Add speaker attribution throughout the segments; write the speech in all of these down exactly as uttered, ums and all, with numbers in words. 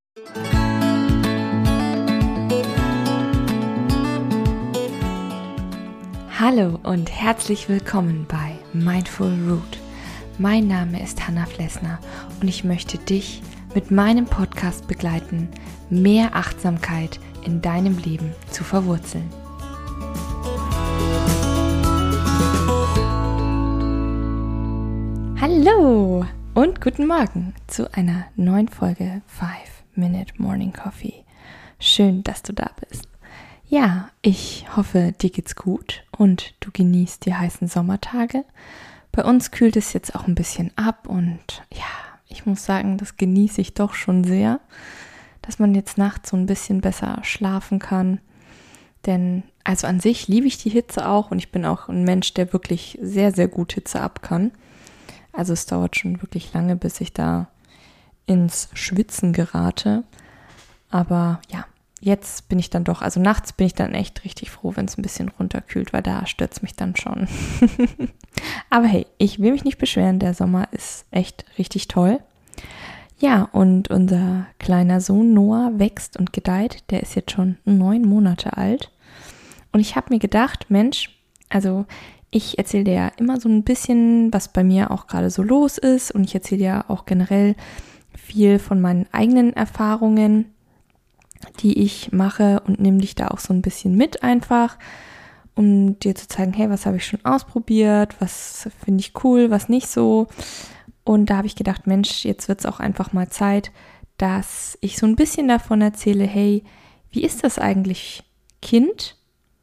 Speaker 1: Hallo und herzlich willkommen bei Mindful Root. Mein Name ist Hannah Flessner und ich möchte dich mit meinem Podcast begleiten, mehr Achtsamkeit in deinem Leben zu verwurzeln. Hallo und guten Morgen zu einer neuen Folge five minute Morning Coffee. Schön, dass du da bist. Ja, ich hoffe, dir geht's gut und du genießt die heißen Sommertage. Bei uns kühlt es jetzt auch ein bisschen ab und ja, ich muss sagen, das genieße ich doch schon sehr, dass man jetzt nachts so ein bisschen besser schlafen kann. Denn also an sich liebe ich die Hitze auch und ich bin auch ein Mensch, der wirklich sehr, sehr gut Hitze ab kann. Also es dauert schon wirklich lange, bis ich da ins Schwitzen gerate. Aber ja. Jetzt bin ich dann doch, also nachts bin ich dann echt richtig froh, wenn es ein bisschen runterkühlt, weil da stört es mich dann schon. Aber hey, ich will mich nicht beschweren, der Sommer ist echt richtig toll. Ja, und unser kleiner Sohn Noah wächst und gedeiht, der ist jetzt schon neun Monate alt. Und ich habe mir gedacht, Mensch, also ich erzähle dir ja immer so ein bisschen, was bei mir auch gerade so los ist. Und ich erzähle ja auch generell viel von meinen eigenen Erfahrungen, die ich mache und nehme dich da auch so ein bisschen mit einfach, um dir zu zeigen, hey, was habe ich schon ausprobiert, was finde ich cool, was nicht so. Und da habe ich gedacht, Mensch, jetzt wird es auch einfach mal Zeit, dass ich so ein bisschen davon erzähle, hey, wie ist das eigentlich, Kind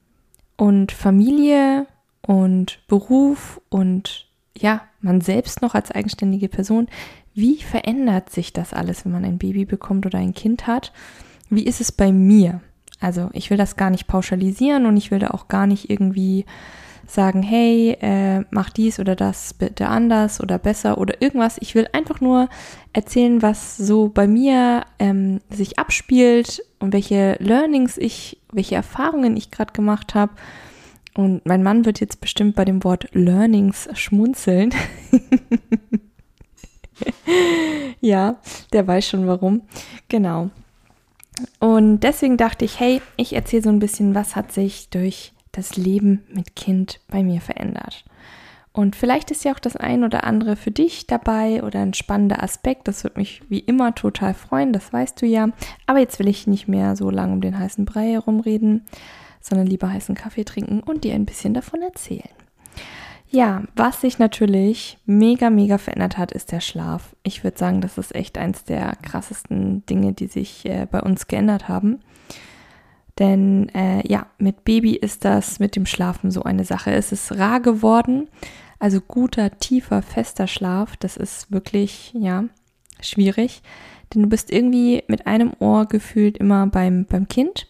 Speaker 1: und Familie und Beruf und ja, man selbst noch als eigenständige Person, wie verändert sich das alles, wenn man ein Baby bekommt oder ein Kind hat? Wie ist es bei mir? Also ich will das gar nicht pauschalisieren und ich will da auch gar nicht irgendwie sagen, hey, äh, mach dies oder das bitte anders oder besser oder irgendwas. Ich will einfach nur erzählen, was so bei mir ähm, sich abspielt und welche Learnings ich, welche Erfahrungen ich gerade gemacht habe. Und mein Mann wird jetzt bestimmt bei dem Wort Learnings schmunzeln. Ja, der weiß schon warum. Genau. Und deswegen dachte ich, hey, ich erzähle so ein bisschen, was hat sich durch das Leben mit Kind bei mir verändert. Und vielleicht ist ja auch das ein oder andere für dich dabei oder ein spannender Aspekt. Das würde mich wie immer total freuen, das weißt du ja. Aber jetzt will ich nicht mehr so lange um den heißen Brei herumreden, sondern lieber heißen Kaffee trinken und dir ein bisschen davon erzählen. Ja, was sich natürlich mega, mega verändert hat, ist der Schlaf. Ich würde sagen, das ist echt eins der krassesten Dinge, die sich äh, bei uns geändert haben. Denn äh, ja, mit Baby ist das mit dem Schlafen so eine Sache. Es ist rar geworden, also guter, tiefer, fester Schlaf, das ist wirklich, ja, schwierig. Denn du bist irgendwie mit einem Ohr gefühlt immer beim, beim Kind.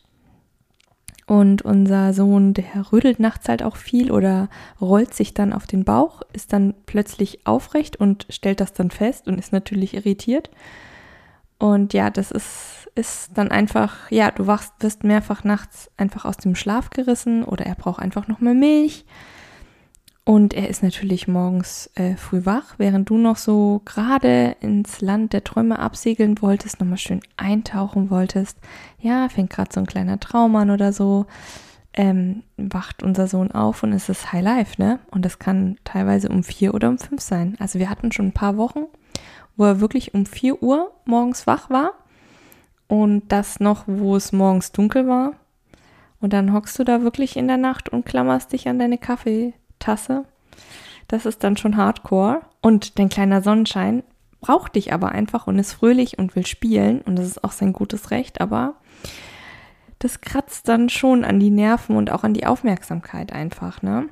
Speaker 1: Und unser Sohn, der rödelt nachts halt auch viel oder rollt sich dann auf den Bauch, ist dann plötzlich aufrecht und stellt das dann fest und ist natürlich irritiert. Und ja, das ist, ist dann einfach, ja, du wachst, wirst mehrfach nachts einfach aus dem Schlaf gerissen oder er braucht einfach noch mehr Milch. Und er ist natürlich morgens äh, früh wach, während du noch so gerade ins Land der Träume absegeln wolltest, nochmal schön eintauchen wolltest. Ja, fängt gerade so ein kleiner Traum an oder so, ähm, wacht unser Sohn auf und es ist High Life, ne? Und das kann teilweise um vier oder um fünf sein. Also wir hatten schon ein paar Wochen, wo er wirklich um vier Uhr morgens wach war und das noch, wo es morgens dunkel war. Und dann hockst du da wirklich in der Nacht und klammerst dich an deine Kaffee Tasse. Das ist dann schon Hardcore. Und dein kleiner Sonnenschein braucht dich aber einfach und ist fröhlich und will spielen. Und das ist auch sein gutes Recht. Aber das kratzt dann schon an die Nerven und auch an die Aufmerksamkeit einfach, ne?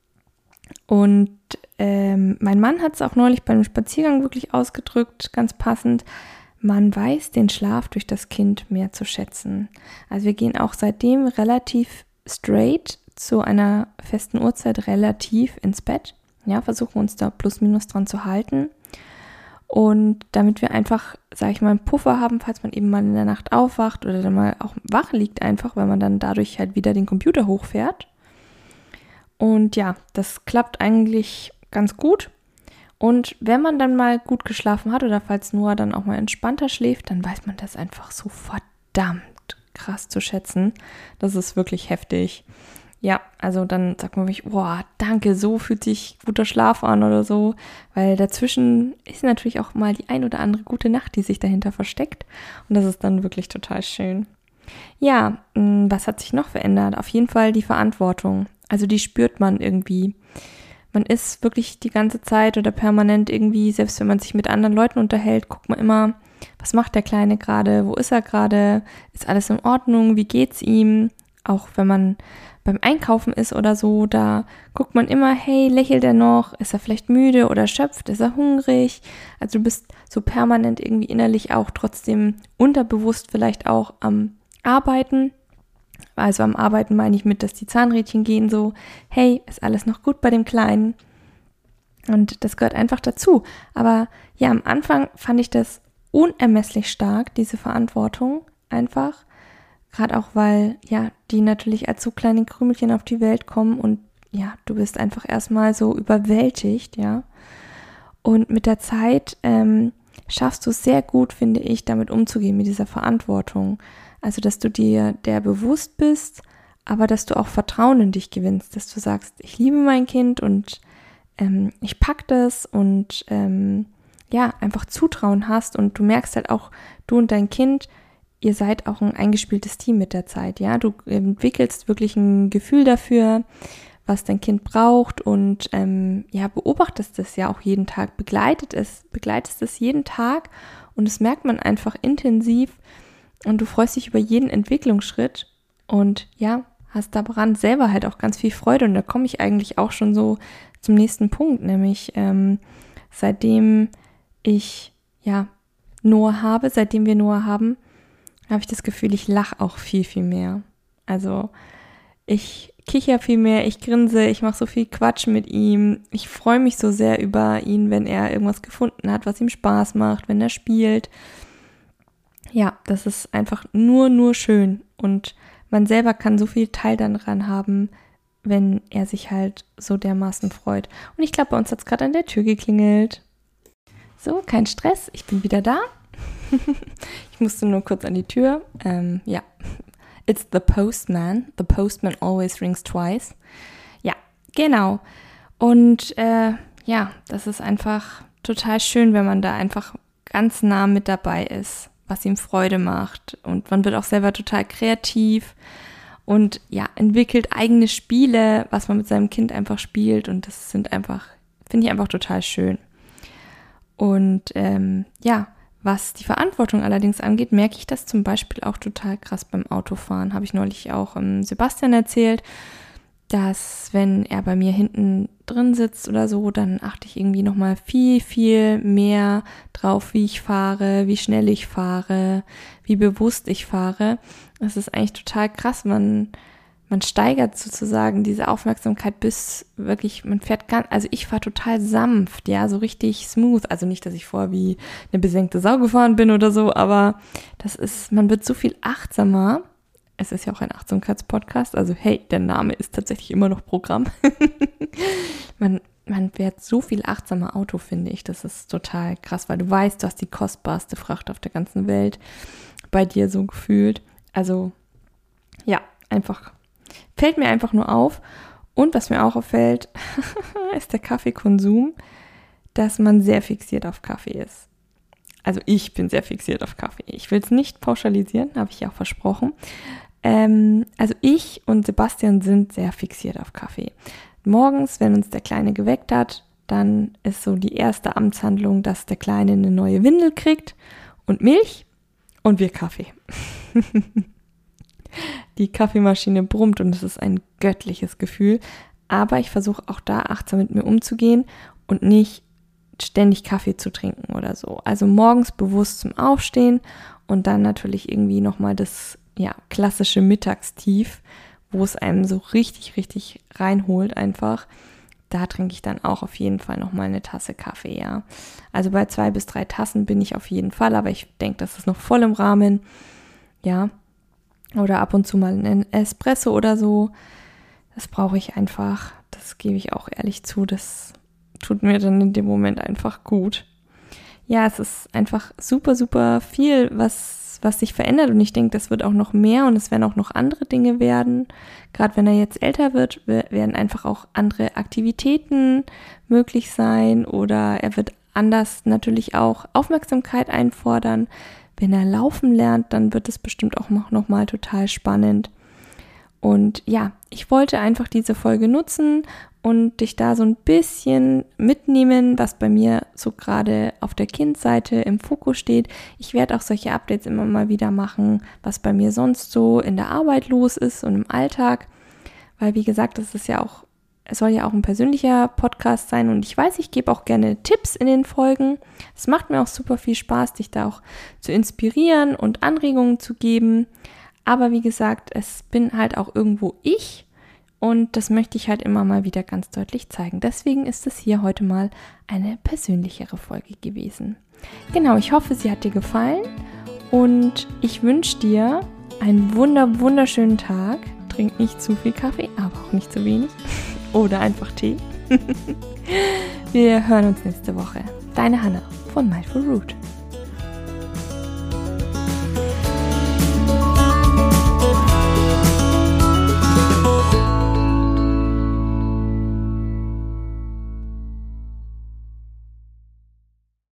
Speaker 1: Und ähm, mein Mann hat es auch neulich beim Spaziergang wirklich ausgedrückt, ganz passend. Man weiß den Schlaf durch das Kind mehr zu schätzen. Also wir gehen auch seitdem relativ straight zu einer festen Uhrzeit relativ ins Bett. Ja, versuchen uns da plus minus dran zu halten. Und damit wir einfach, sage ich mal, einen Puffer haben, falls man eben mal in der Nacht aufwacht oder dann mal auch wach liegt einfach, weil man dann dadurch halt wieder den Computer hochfährt. Und ja, das klappt eigentlich ganz gut. Und wenn man dann mal gut geschlafen hat oder falls Noah dann auch mal entspannter schläft, dann weiß man das einfach so verdammt krass zu schätzen. Das ist wirklich heftig. Ja, also dann sagt man wirklich, boah, danke, so fühlt sich guter Schlaf an oder so, weil dazwischen ist natürlich auch mal die ein oder andere gute Nacht, die sich dahinter versteckt und das ist dann wirklich total schön. Ja, was hat sich noch verändert? Auf jeden Fall die Verantwortung, also die spürt man irgendwie. Man ist wirklich die ganze Zeit oder permanent irgendwie, selbst wenn man sich mit anderen Leuten unterhält, guckt man immer, was macht der Kleine gerade, wo ist er gerade, ist alles in Ordnung, wie geht's ihm? Auch wenn man beim Einkaufen ist oder so, da guckt man immer, hey, lächelt er noch? Ist er vielleicht müde oder erschöpft? Ist er hungrig? Also du bist so permanent irgendwie innerlich auch trotzdem unterbewusst vielleicht auch am Arbeiten. Also am Arbeiten meine ich mit, dass die Zahnrädchen gehen so, hey, ist alles noch gut bei dem Kleinen? Und das gehört einfach dazu. Aber ja, am Anfang fand ich das unermesslich stark, diese Verantwortung einfach. Gerade auch, weil, ja, die natürlich als so kleine Krümelchen auf die Welt kommen und ja, du bist einfach erstmal so überwältigt, ja. Und mit der Zeit ähm, schaffst du es sehr gut, finde ich, damit umzugehen, mit dieser Verantwortung. Also, dass du dir der bewusst bist, aber dass du auch Vertrauen in dich gewinnst, dass du sagst, ich liebe mein Kind und ähm, ich pack das und ähm, ja, einfach Zutrauen hast und du merkst halt auch, du und dein Kind, ihr seid auch ein eingespieltes Team mit der Zeit, ja. Du entwickelst wirklich ein Gefühl dafür, was dein Kind braucht und ähm, ja, beobachtest es ja auch jeden Tag, begleitet es, begleitest es jeden Tag und das merkt man einfach intensiv und du freust dich über jeden Entwicklungsschritt und ja, hast daran selber halt auch ganz viel Freude und da komme ich eigentlich auch schon so zum nächsten Punkt, nämlich ähm, seitdem ich ja Noah habe, seitdem wir Noah haben, habe ich das Gefühl, ich lache auch viel, viel mehr. Also ich kicher viel mehr, ich grinse, ich mache so viel Quatsch mit ihm. Ich freue mich so sehr über ihn, wenn er irgendwas gefunden hat, was ihm Spaß macht, wenn er spielt. Ja, das ist einfach nur, nur schön. Und man selber kann so viel Teil daran haben, wenn er sich halt so dermaßen freut. Und ich glaube, bei uns hat es gerade an der Tür geklingelt. So, kein Stress, ich bin wieder da. Ich musste nur kurz an die Tür. Ähm, ja, it's the postman. The postman always rings twice. Ja, genau. Und äh, ja, das ist einfach total schön, wenn man da einfach ganz nah mit dabei ist, was ihm Freude macht. Und man wird auch selber total kreativ und ja, entwickelt eigene Spiele, was man mit seinem Kind einfach spielt. Und das sind einfach, finde ich einfach total schön. Und ähm, ja, was die Verantwortung allerdings angeht, merke ich das zum Beispiel auch total krass beim Autofahren. Habe ich neulich auch ähm, Sebastian erzählt, dass wenn er bei mir hinten drin sitzt oder so, dann achte ich irgendwie nochmal viel, viel mehr drauf, wie ich fahre, wie schnell ich fahre, wie bewusst ich fahre. Das ist eigentlich total krass. Man, man steigert sozusagen diese Aufmerksamkeit bis wirklich, man fährt ganz, also ich fahre total sanft, ja, so richtig smooth. Also nicht, dass ich vorher wie eine besenkte Sau gefahren bin oder so, aber das ist, man wird so viel achtsamer. Es ist ja auch ein Achtsamkeitspodcast, also hey, der Name ist tatsächlich immer noch Programm. man, man fährt so viel achtsamer Auto, finde ich. Das ist total krass, weil du weißt, du hast die kostbarste Fracht auf der ganzen Welt bei dir so gefühlt. Also ja, einfach, fällt mir einfach nur auf. Und was mir auch auffällt, ist der Kaffeekonsum, dass man sehr fixiert auf Kaffee ist. Also ich bin sehr fixiert auf Kaffee. Ich will es nicht pauschalisieren, habe ich ja auch versprochen. Ähm, also ich und Sebastian sind sehr fixiert auf Kaffee. Morgens, wenn uns der Kleine geweckt hat, dann ist so die erste Amtshandlung, dass der Kleine eine neue Windel kriegt und Milch und wir Kaffee. Die Kaffeemaschine brummt und es ist ein göttliches Gefühl. Aber ich versuche auch da achtsam mit mir umzugehen und nicht ständig Kaffee zu trinken oder so. Also morgens bewusst zum Aufstehen und dann natürlich irgendwie nochmal das ja, klassische Mittagstief, wo es einem so richtig, richtig reinholt einfach. Da trinke ich dann auch auf jeden Fall nochmal eine Tasse Kaffee, ja. Also bei zwei bis drei Tassen bin ich auf jeden Fall, aber ich denke, das ist noch voll im Rahmen, ja. Oder ab und zu mal einen Espresso oder so. Das brauche ich einfach, das gebe ich auch ehrlich zu, das tut mir dann in dem Moment einfach gut. Ja, es ist einfach super, super viel, was, was sich verändert und ich denke, das wird auch noch mehr und es werden auch noch andere Dinge werden. Gerade wenn er jetzt älter wird, werden einfach auch andere Aktivitäten möglich sein oder er wird anders natürlich auch Aufmerksamkeit einfordern. Wenn er laufen lernt, dann wird es bestimmt auch noch, noch mal total spannend. Und ja, ich wollte einfach diese Folge nutzen und dich da so ein bisschen mitnehmen, was bei mir so gerade auf der Kindseite im Fokus steht. Ich werde auch solche Updates immer mal wieder machen, was bei mir sonst so in der Arbeit los ist und im Alltag. Weil wie gesagt, das ist ja auch, es soll ja auch ein persönlicher Podcast sein und ich weiß, ich gebe auch gerne Tipps in den Folgen. Es macht mir auch super viel Spaß, dich da auch zu inspirieren und Anregungen zu geben. Aber wie gesagt, es bin halt auch irgendwo ich und das möchte ich halt immer mal wieder ganz deutlich zeigen. Deswegen ist es hier heute mal eine persönlichere Folge gewesen. Genau, ich hoffe, sie hat dir gefallen und ich wünsche dir einen wunder, wunderschönen Tag. Trink nicht zu viel Kaffee, aber auch nicht zu wenig. Oder einfach Tee. Wir hören uns nächste Woche. Deine Hannah von Mindful Root.